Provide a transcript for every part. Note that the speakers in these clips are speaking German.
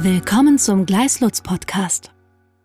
Willkommen zum Gleislutz-Podcast.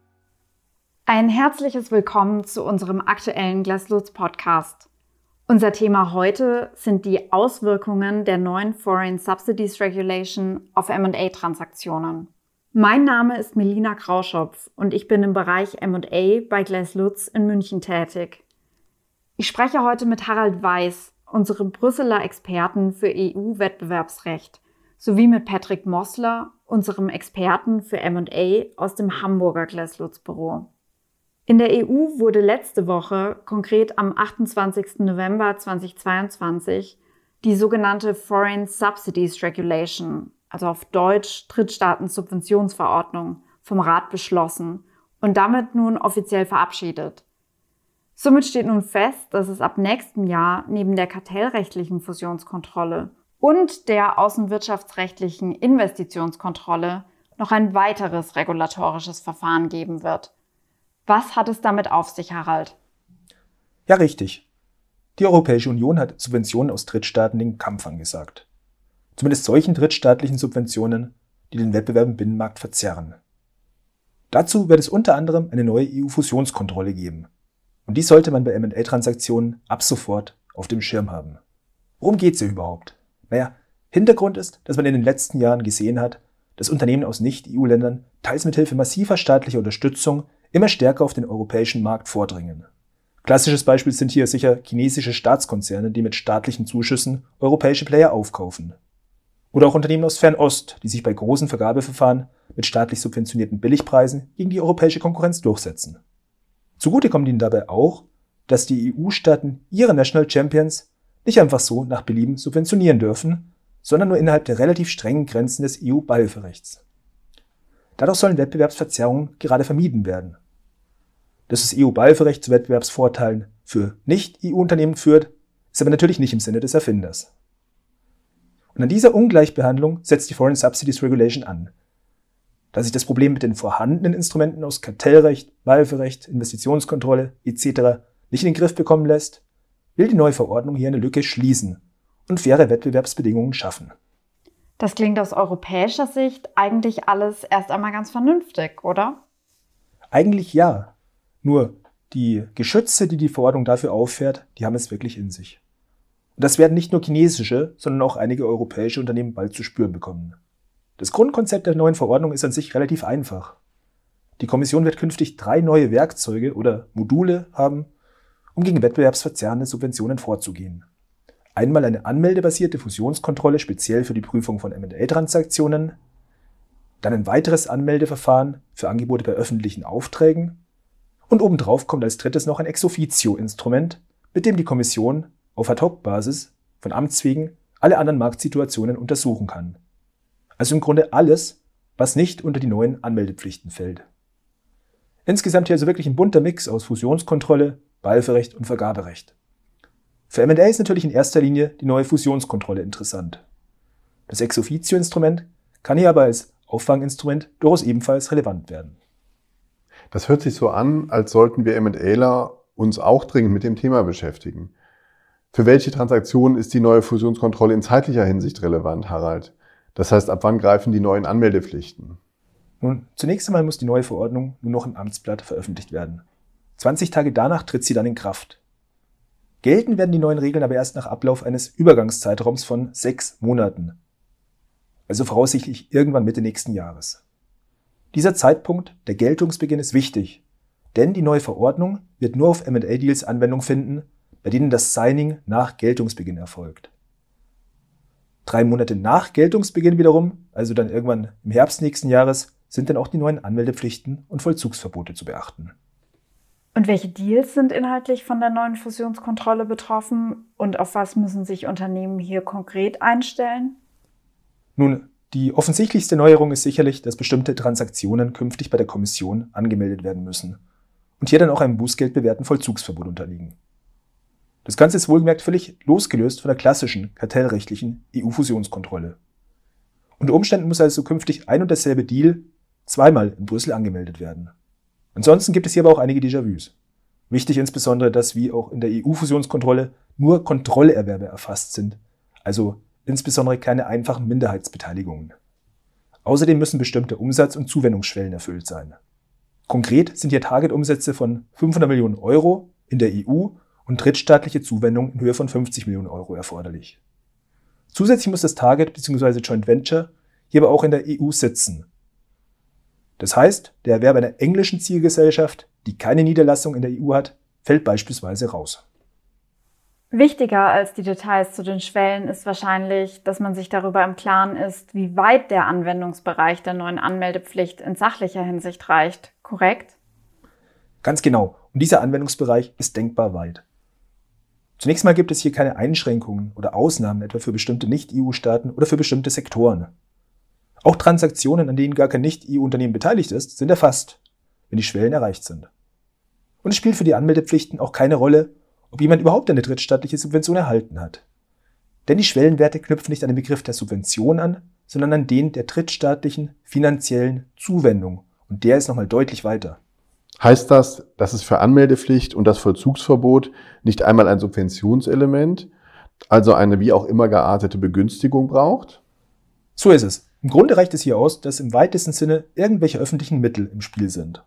Ein herzliches Willkommen zu unserem aktuellen Gleislutz-Podcast. Unser Thema heute sind die Auswirkungen der neuen Foreign Subsidies Regulation auf M&A-Transaktionen. Mein Name ist Melina Grauschopf und ich bin im Bereich M&A bei Gleislutz in München tätig. Ich spreche heute mit Harald Weiß, unserem Brüsseler Experten für EU-Wettbewerbsrecht, sowie mit Patrick Mossler, unserem Experten für M&A aus dem Hamburger Gleislutz-Büro. In der EU wurde letzte Woche, konkret am 28. November 2022, die sogenannte Foreign Subsidies Regulation, also auf Deutsch Drittstaatensubventionsverordnung, vom Rat beschlossen und damit nun offiziell verabschiedet. Somit steht nun fest, dass es ab nächstem Jahr neben der kartellrechtlichen Fusionskontrolle und der außenwirtschaftsrechtlichen Investitionskontrolle noch ein weiteres regulatorisches Verfahren geben wird. Was hat es damit auf sich, Harald? Ja, richtig. Die Europäische Union hat Subventionen aus Drittstaaten den Kampf angesagt. Zumindest solchen drittstaatlichen Subventionen, die den Wettbewerb im Binnenmarkt verzerren. Dazu wird es unter anderem eine neue EU-Fusionskontrolle geben. Und die sollte man bei M&A-Transaktionen ab sofort auf dem Schirm haben. Worum geht es hier überhaupt? Naja, Hintergrund ist, dass man in den letzten Jahren gesehen hat, dass Unternehmen aus Nicht-EU-Ländern teils mit Hilfe massiver staatlicher Unterstützung immer stärker auf den europäischen Markt vordringen. Klassisches Beispiel sind hier sicher chinesische Staatskonzerne, die mit staatlichen Zuschüssen europäische Player aufkaufen. Oder auch Unternehmen aus Fernost, die sich bei großen Vergabeverfahren mit staatlich subventionierten Billigpreisen gegen die europäische Konkurrenz durchsetzen. Zugute kommt ihnen dabei auch, dass die EU-Staaten ihre National Champions nicht einfach so nach Belieben subventionieren dürfen, sondern nur innerhalb der relativ strengen Grenzen des EU-Beihilferechts. Dadurch sollen Wettbewerbsverzerrungen gerade vermieden werden. Dass das EU-Beihilferecht zu Wettbewerbsvorteilen für Nicht-EU-Unternehmen führt, ist aber natürlich nicht im Sinne des Erfinders. Und an dieser Ungleichbehandlung setzt die Foreign Subsidies Regulation an. Da sich das Problem mit den vorhandenen Instrumenten aus Kartellrecht, Beihilferecht, Investitionskontrolle etc. nicht in den Griff bekommen lässt, will die neue Verordnung hier eine Lücke schließen und faire Wettbewerbsbedingungen schaffen. Das klingt aus europäischer Sicht eigentlich alles erst einmal ganz vernünftig, oder? Eigentlich ja. Nur die Geschütze, die die Verordnung dafür auffährt, die haben es wirklich in sich. Und das werden nicht nur chinesische, sondern auch einige europäische Unternehmen bald zu spüren bekommen. Das Grundkonzept der neuen Verordnung ist an sich relativ einfach. Die Kommission wird künftig 3 neue Werkzeuge oder Module haben, um gegen wettbewerbsverzerrende Subventionen vorzugehen. Einmal eine anmeldebasierte Fusionskontrolle speziell für die Prüfung von M&A-Transaktionen, dann ein weiteres Anmeldeverfahren für Angebote bei öffentlichen Aufträgen und obendrauf kommt als drittes noch ein Ex-Officio-Instrument, mit dem die Kommission auf Ad-Hoc-Basis von Amts wegen alle anderen Marktsituationen untersuchen kann. Also im Grunde alles, was nicht unter die neuen Anmeldepflichten fällt. Insgesamt hier also wirklich ein bunter Mix aus Fusionskontrolle, Beihilferecht und Vergaberecht. Für M&A ist natürlich in erster Linie die neue Fusionskontrolle interessant. Das Ex-Officio-Instrument kann hier aber als Auffanginstrument durchaus ebenfalls relevant werden. Das hört sich so an, als sollten wir M&Aler uns auch dringend mit dem Thema beschäftigen. Für welche Transaktionen ist die neue Fusionskontrolle in zeitlicher Hinsicht relevant, Harald? Das heißt, ab wann greifen die neuen Anmeldepflichten? Nun, zunächst einmal muss die neue Verordnung nur noch im Amtsblatt veröffentlicht werden. 20 Tage danach tritt sie dann in Kraft. Gelten werden die neuen Regeln aber erst nach Ablauf eines Übergangszeitraums von 6 Monaten. Also voraussichtlich irgendwann Mitte nächsten Jahres. Dieser Zeitpunkt, der Geltungsbeginn, ist wichtig, denn die neue Verordnung wird nur auf M&A-Deals Anwendung finden, bei denen das Signing nach Geltungsbeginn erfolgt. 3 Monate nach Geltungsbeginn wiederum, also dann irgendwann im Herbst nächsten Jahres, sind dann auch die neuen Anmeldepflichten und Vollzugsverbote zu beachten. Und welche Deals sind inhaltlich von der neuen Fusionskontrolle betroffen und auf was müssen sich Unternehmen hier konkret einstellen? Nun, die offensichtlichste Neuerung ist sicherlich, dass bestimmte Transaktionen künftig bei der Kommission angemeldet werden müssen und hier dann auch einem bußgeldbewährten Vollzugsverbot unterliegen. Das Ganze ist wohlgemerkt völlig losgelöst von der klassischen kartellrechtlichen EU-Fusionskontrolle. Unter Umständen muss also künftig ein und derselbe Deal zweimal in Brüssel angemeldet werden. Ansonsten gibt es hier aber auch einige Déjà-vus. Wichtig insbesondere, dass wie auch in der EU-Fusionskontrolle nur Kontrollerwerbe erfasst sind, also insbesondere keine einfachen Minderheitsbeteiligungen. Außerdem müssen bestimmte Umsatz- und Zuwendungsschwellen erfüllt sein. Konkret sind hier Target-Umsätze von 500 Millionen Euro in der EU und drittstaatliche Zuwendungen in Höhe von 50 Millionen Euro erforderlich. Zusätzlich muss das Target bzw. Joint Venture hier aber auch in der EU sitzen. Das heißt, der Erwerb einer englischen Zielgesellschaft, die keine Niederlassung in der EU hat, fällt beispielsweise raus. Wichtiger als die Details zu den Schwellen ist wahrscheinlich, dass man sich darüber im Klaren ist, wie weit der Anwendungsbereich der neuen Anmeldepflicht in sachlicher Hinsicht reicht, korrekt? Ganz genau. Und dieser Anwendungsbereich ist denkbar weit. Zunächst mal gibt es hier keine Einschränkungen oder Ausnahmen, etwa für bestimmte Nicht-EU-Staaten oder für bestimmte Sektoren. Auch Transaktionen, an denen gar kein Nicht-EU-Unternehmen beteiligt ist, sind erfasst, wenn die Schwellen erreicht sind. Und es spielt für die Anmeldepflichten auch keine Rolle, ob jemand überhaupt eine drittstaatliche Subvention erhalten hat. Denn die Schwellenwerte knüpfen nicht an den Begriff der Subvention an, sondern an den der drittstaatlichen finanziellen Zuwendung. Und der ist nochmal deutlich weiter. Heißt das, dass es für Anmeldepflicht und das Vollzugsverbot nicht einmal ein Subventionselement, also eine wie auch immer geartete Begünstigung braucht? So ist es. Im Grunde reicht es hier aus, dass im weitesten Sinne irgendwelche öffentlichen Mittel im Spiel sind.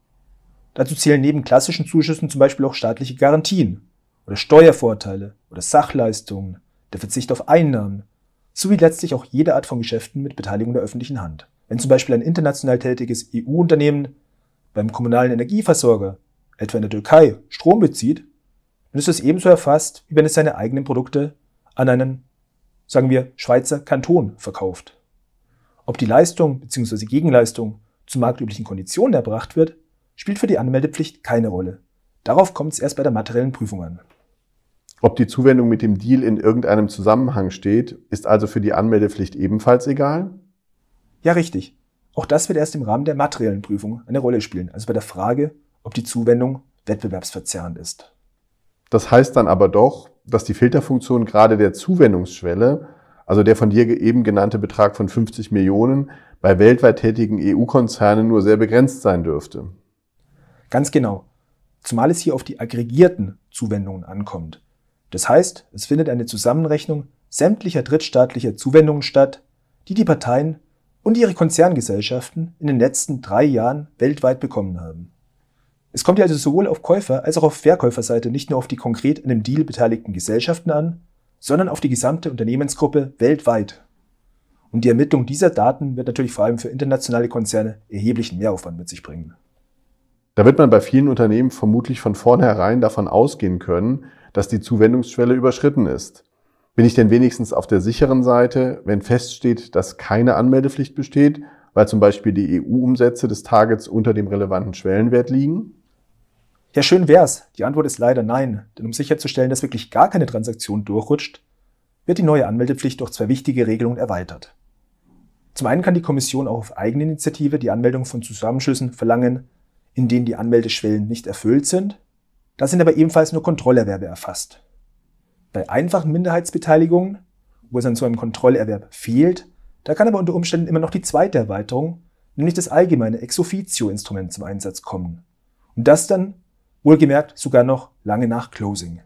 Dazu zählen neben klassischen Zuschüssen zum Beispiel auch staatliche Garantien oder Steuervorteile oder Sachleistungen, der Verzicht auf Einnahmen, sowie letztlich auch jede Art von Geschäften mit Beteiligung der öffentlichen Hand. Wenn zum Beispiel ein international tätiges EU-Unternehmen beim kommunalen Energieversorger, etwa in der Türkei, Strom bezieht, dann ist das ebenso erfasst, wie wenn es seine eigenen Produkte an einen, sagen wir, Schweizer Kanton verkauft. Ob die Leistung bzw. Gegenleistung zu marktüblichen Konditionen erbracht wird, spielt für die Anmeldepflicht keine Rolle. Darauf kommt es erst bei der materiellen Prüfung an. Ob die Zuwendung mit dem Deal in irgendeinem Zusammenhang steht, ist also für die Anmeldepflicht ebenfalls egal? Ja, richtig. Auch das wird erst im Rahmen der materiellen Prüfung eine Rolle spielen, also bei der Frage, ob die Zuwendung wettbewerbsverzerrend ist. Das heißt dann aber doch, dass die Filterfunktion gerade der Zuwendungsschwelle, also der von dir eben genannte Betrag von 50 Millionen, bei weltweit tätigen EU-Konzernen nur sehr begrenzt sein dürfte. Ganz genau. Zumal es hier auf die aggregierten Zuwendungen ankommt. Das heißt, es findet eine Zusammenrechnung sämtlicher drittstaatlicher Zuwendungen statt, die die Parteien und ihre Konzerngesellschaften in den letzten 3 Jahren weltweit bekommen haben. Es kommt ja also sowohl auf Käufer- als auch auf Verkäuferseite nicht nur auf die konkret an dem Deal beteiligten Gesellschaften an, sondern auf die gesamte Unternehmensgruppe weltweit. Und die Ermittlung dieser Daten wird natürlich vor allem für internationale Konzerne erheblichen Mehraufwand mit sich bringen. Da wird man bei vielen Unternehmen vermutlich von vornherein davon ausgehen können, dass die Zuwendungsschwelle überschritten ist. Bin ich denn wenigstens auf der sicheren Seite, wenn feststeht, dass keine Anmeldepflicht besteht, weil zum Beispiel die EU-Umsätze des Targets unter dem relevanten Schwellenwert liegen? Ja, schön wär's. Die Antwort ist leider nein. Denn um sicherzustellen, dass wirklich gar keine Transaktion durchrutscht, wird die neue Anmeldepflicht durch 2 wichtige Regelungen erweitert. Zum einen kann die Kommission auch auf Eigeninitiative die Anmeldung von Zusammenschlüssen verlangen, in denen die Anmeldeschwellen nicht erfüllt sind. Da sind aber ebenfalls nur Kontrollerwerbe erfasst. Bei einfachen Minderheitsbeteiligungen, wo es an so einem Kontrollerwerb fehlt, da kann aber unter Umständen immer noch die zweite Erweiterung, nämlich das allgemeine Ex-Officio-Instrument zum Einsatz kommen. Und das dann, wohlgemerkt, sogar noch lange nach Closing.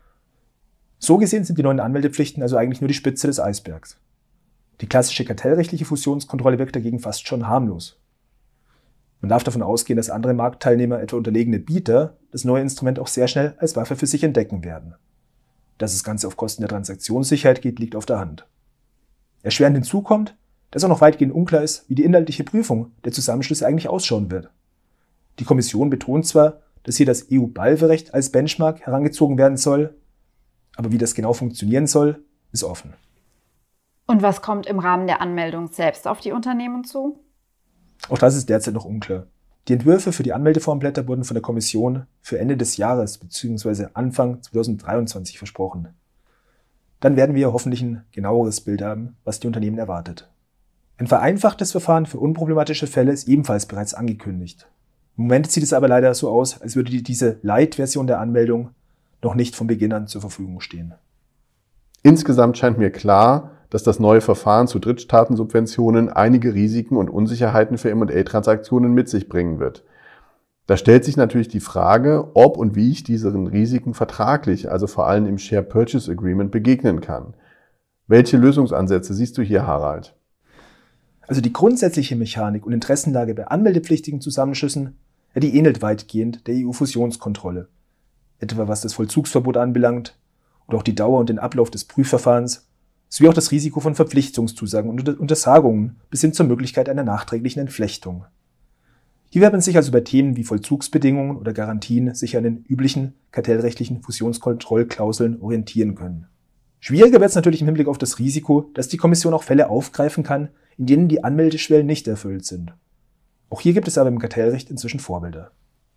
So gesehen sind die neuen Anmeldepflichten also eigentlich nur die Spitze des Eisbergs. Die klassische kartellrechtliche Fusionskontrolle wirkt dagegen fast schon harmlos. Man darf davon ausgehen, dass andere Marktteilnehmer, etwa unterlegene Bieter, das neue Instrument auch sehr schnell als Waffe für sich entdecken werden. Dass das Ganze auf Kosten der Transaktionssicherheit geht, liegt auf der Hand. Erschwerend hinzu kommt, dass auch noch weitgehend unklar ist, wie die inhaltliche Prüfung der Zusammenschlüsse eigentlich ausschauen wird. Die Kommission betont zwar, dass hier das EU-BALWE-Recht als Benchmark herangezogen werden soll, aber wie das genau funktionieren soll, ist offen. Und was kommt im Rahmen der Anmeldung selbst auf die Unternehmen zu? Auch das ist derzeit noch unklar. Die Entwürfe für die Anmeldeformblätter wurden von der Kommission für Ende des Jahres bzw. Anfang 2023 versprochen. Dann werden wir hoffentlich ein genaueres Bild haben, was die Unternehmen erwartet. Ein vereinfachtes Verfahren für unproblematische Fälle ist ebenfalls bereits angekündigt. Im Moment sieht es aber leider so aus, als würde diese Light-Version der Anmeldung noch nicht von Beginn an zur Verfügung stehen. Insgesamt scheint mir klar, dass das neue Verfahren zu Drittstaatensubventionen einige Risiken und Unsicherheiten für M&A-Transaktionen mit sich bringen wird. Da stellt sich natürlich die Frage, ob und wie ich diesen Risiken vertraglich, also vor allem im Share Purchase Agreement, begegnen kann. Welche Lösungsansätze siehst du hier, Harald? Also die grundsätzliche Mechanik und Interessenlage bei anmeldepflichtigen Zusammenschlüssen, die ähnelt weitgehend der EU-Fusionskontrolle. Etwa was das Vollzugsverbot anbelangt oder auch die Dauer und den Ablauf des Prüfverfahrens, sowie auch das Risiko von Verpflichtungszusagen und Untersagungen bis hin zur Möglichkeit einer nachträglichen Entflechtung. Hier wird man sich also bei Themen wie Vollzugsbedingungen oder Garantien sich an den üblichen kartellrechtlichen Fusionskontrollklauseln orientieren können. Schwieriger wird es natürlich im Hinblick auf das Risiko, dass die Kommission auch Fälle aufgreifen kann, in denen die Anmeldeschwellen nicht erfüllt sind. Auch hier gibt es aber im Kartellrecht inzwischen Vorbilder.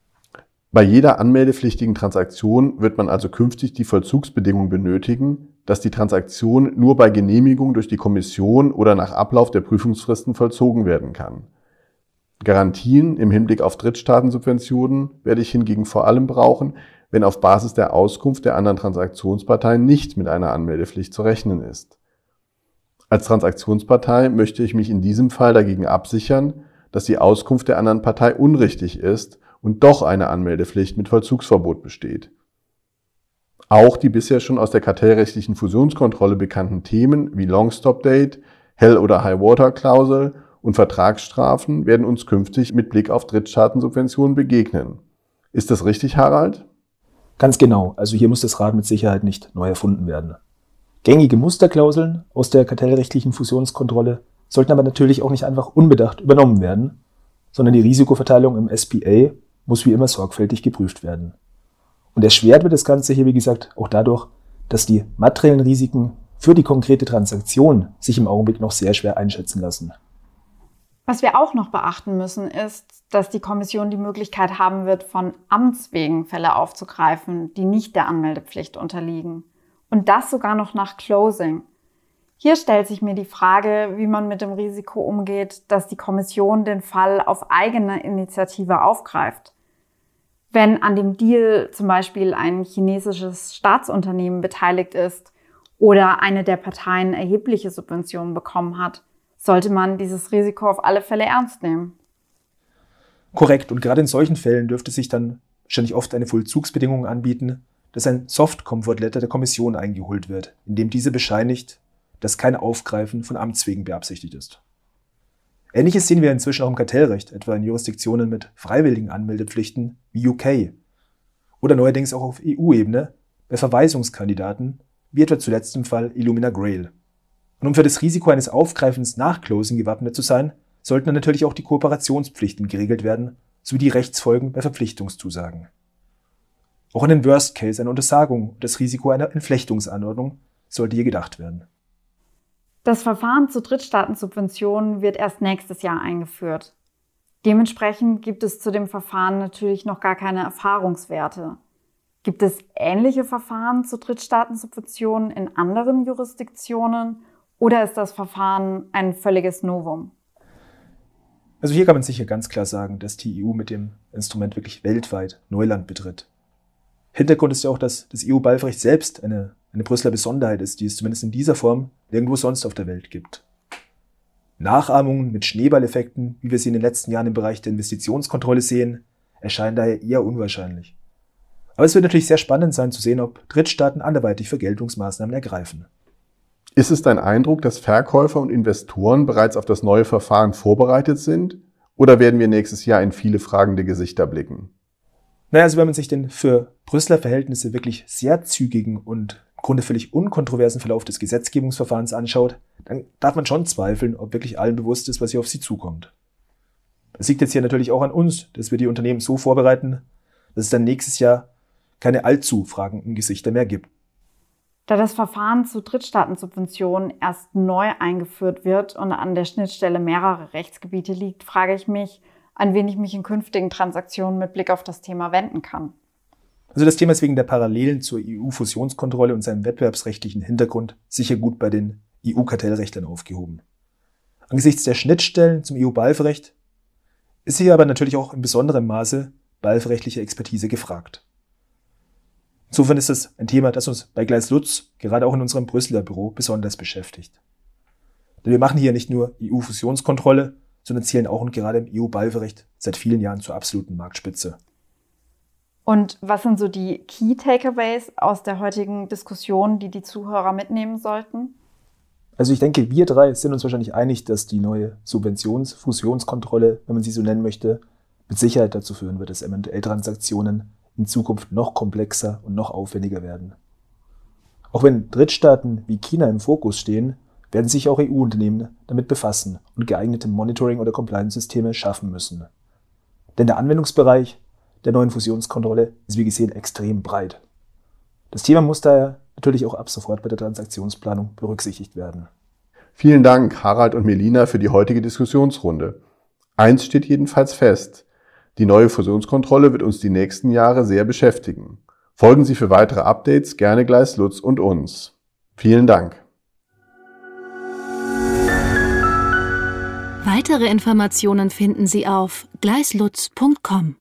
Bei jeder anmeldepflichtigen Transaktion wird man also künftig die Vollzugsbedingung benötigen, dass die Transaktion nur bei Genehmigung durch die Kommission oder nach Ablauf der Prüfungsfristen vollzogen werden kann. Garantien im Hinblick auf Drittstaatensubventionen werde ich hingegen vor allem brauchen, wenn auf Basis der Auskunft der anderen Transaktionsparteien nicht mit einer Anmeldepflicht zu rechnen ist. Als Transaktionspartei möchte ich mich in diesem Fall dagegen absichern, dass die Auskunft der anderen Partei unrichtig ist und doch eine Anmeldepflicht mit Vollzugsverbot besteht. Auch die bisher schon aus der kartellrechtlichen Fusionskontrolle bekannten Themen wie Long-Stop-Date, Hell- oder High-Water-Klausel und Vertragsstrafen werden uns künftig mit Blick auf Drittstaatensubventionen begegnen. Ist das richtig, Harald? Ganz genau, also hier muss das Rad mit Sicherheit nicht neu erfunden werden. Gängige Musterklauseln aus der kartellrechtlichen Fusionskontrolle sollten aber natürlich auch nicht einfach unbedacht übernommen werden, sondern die Risikoverteilung im SPA muss wie immer sorgfältig geprüft werden. Und erschwert wird das Ganze hier, wie gesagt, auch dadurch, dass die materiellen Risiken für die konkrete Transaktion sich im Augenblick noch sehr schwer einschätzen lassen. Was wir auch noch beachten müssen, ist, dass die Kommission die Möglichkeit haben wird, von Amts wegen Fälle aufzugreifen, die nicht der Anmeldepflicht unterliegen. Und das sogar noch nach Closing. Hier stellt sich mir die Frage, wie man mit dem Risiko umgeht, dass die Kommission den Fall auf eigene Initiative aufgreift. Wenn an dem Deal zum Beispiel ein chinesisches Staatsunternehmen beteiligt ist oder eine der Parteien erhebliche Subventionen bekommen hat, sollte man dieses Risiko auf alle Fälle ernst nehmen. Korrekt, und gerade in solchen Fällen dürfte sich dann wahrscheinlich oft eine Vollzugsbedingung anbieten, dass ein Soft-Comfort-Letter der Kommission eingeholt wird, in dem diese bescheinigt, dass kein Aufgreifen von Amts wegen beabsichtigt ist. Ähnliches sehen wir inzwischen auch im Kartellrecht, etwa in Jurisdiktionen mit freiwilligen Anmeldepflichten wie UK oder neuerdings auch auf EU-Ebene bei Verweisungskandidaten, wie etwa zuletzt im Fall Illumina Grail. Und um für das Risiko eines Aufgreifens nach Closing gewappnet zu sein, sollten dann natürlich auch die Kooperationspflichten geregelt werden, sowie die Rechtsfolgen bei Verpflichtungszusagen. Auch an den Worst Case einer Untersagung und das Risiko einer Entflechtungsanordnung sollte hier gedacht werden. Das Verfahren zu Drittstaatensubventionen wird erst nächstes Jahr eingeführt. Dementsprechend gibt es zu dem Verfahren natürlich noch gar keine Erfahrungswerte. Gibt es ähnliche Verfahren zu Drittstaatensubventionen in anderen Jurisdiktionen oder ist das Verfahren ein völliges Novum? Also hier kann man sicher ganz klar sagen, dass die EU mit dem Instrument wirklich weltweit Neuland betritt. Hintergrund ist ja auch, dass das EU-Beihilferecht selbst eine Brüsseler Besonderheit ist, die es zumindest in dieser Form nirgendwo sonst auf der Welt gibt. Nachahmungen mit Schneeballeffekten, wie wir sie in den letzten Jahren im Bereich der Investitionskontrolle sehen, erscheinen daher eher unwahrscheinlich. Aber es wird natürlich sehr spannend sein zu sehen, ob Drittstaaten anderweitig Vergeltungsmaßnahmen ergreifen. Ist es dein Eindruck, dass Verkäufer und Investoren bereits auf das neue Verfahren vorbereitet sind? Oder werden wir nächstes Jahr in viele fragende Gesichter blicken? Naja, also wenn man sich den für Brüsseler Verhältnisse wirklich sehr zügigen und im Grunde völlig unkontroversen Verlauf des Gesetzgebungsverfahrens anschaut, dann darf man schon zweifeln, ob wirklich allen bewusst ist, was hier auf sie zukommt. Es liegt jetzt hier natürlich auch an uns, dass wir die Unternehmen so vorbereiten, dass es dann nächstes Jahr keine allzu fragenden Gesichter mehr gibt. Da das Verfahren zu Drittstaatensubventionen erst neu eingeführt wird und an der Schnittstelle mehrerer Rechtsgebiete liegt, frage ich mich, an wen ich mich in künftigen Transaktionen mit Blick auf das Thema wenden kann. Also das Thema ist wegen der Parallelen zur EU-Fusionskontrolle und seinem wettbewerbsrechtlichen Hintergrund sicher gut bei den EU-Kartellrechtlern aufgehoben. Angesichts der Schnittstellen zum EU-Beihilferecht ist hier aber natürlich auch in besonderem Maße beihilferechtliche Expertise gefragt. Insofern ist es ein Thema, das uns bei Gleis Lutz, gerade auch in unserem Brüsseler Büro, besonders beschäftigt. Denn wir machen hier nicht nur EU-Fusionskontrolle, sondern zählen auch und gerade im EU-Beihilferecht seit vielen Jahren zur absoluten Marktspitze. Und was sind so die Key Takeaways aus der heutigen Diskussion, die die Zuhörer mitnehmen sollten? Also ich denke, wir drei sind uns wahrscheinlich einig, dass die neue Fusionskontrolle, wenn man sie so nennen möchte, mit Sicherheit dazu führen wird, dass M&A-Transaktionen in Zukunft noch komplexer und noch aufwendiger werden. Auch wenn Drittstaaten wie China im Fokus stehen, werden sich auch EU-Unternehmen damit befassen und geeignete Monitoring- oder Compliance-Systeme schaffen müssen. Denn der Anwendungsbereich der neuen Fusionskontrolle ist wie gesehen extrem breit. Das Thema muss daher natürlich auch ab sofort bei der Transaktionsplanung berücksichtigt werden. Vielen Dank, Harald und Melina, für die heutige Diskussionsrunde. Eins steht jedenfalls fest: Die neue Fusionskontrolle wird uns die nächsten Jahre sehr beschäftigen. Folgen Sie für weitere Updates gerne Gleiss Lutz und uns. Vielen Dank. Weitere Informationen finden Sie auf gleisslutz.com.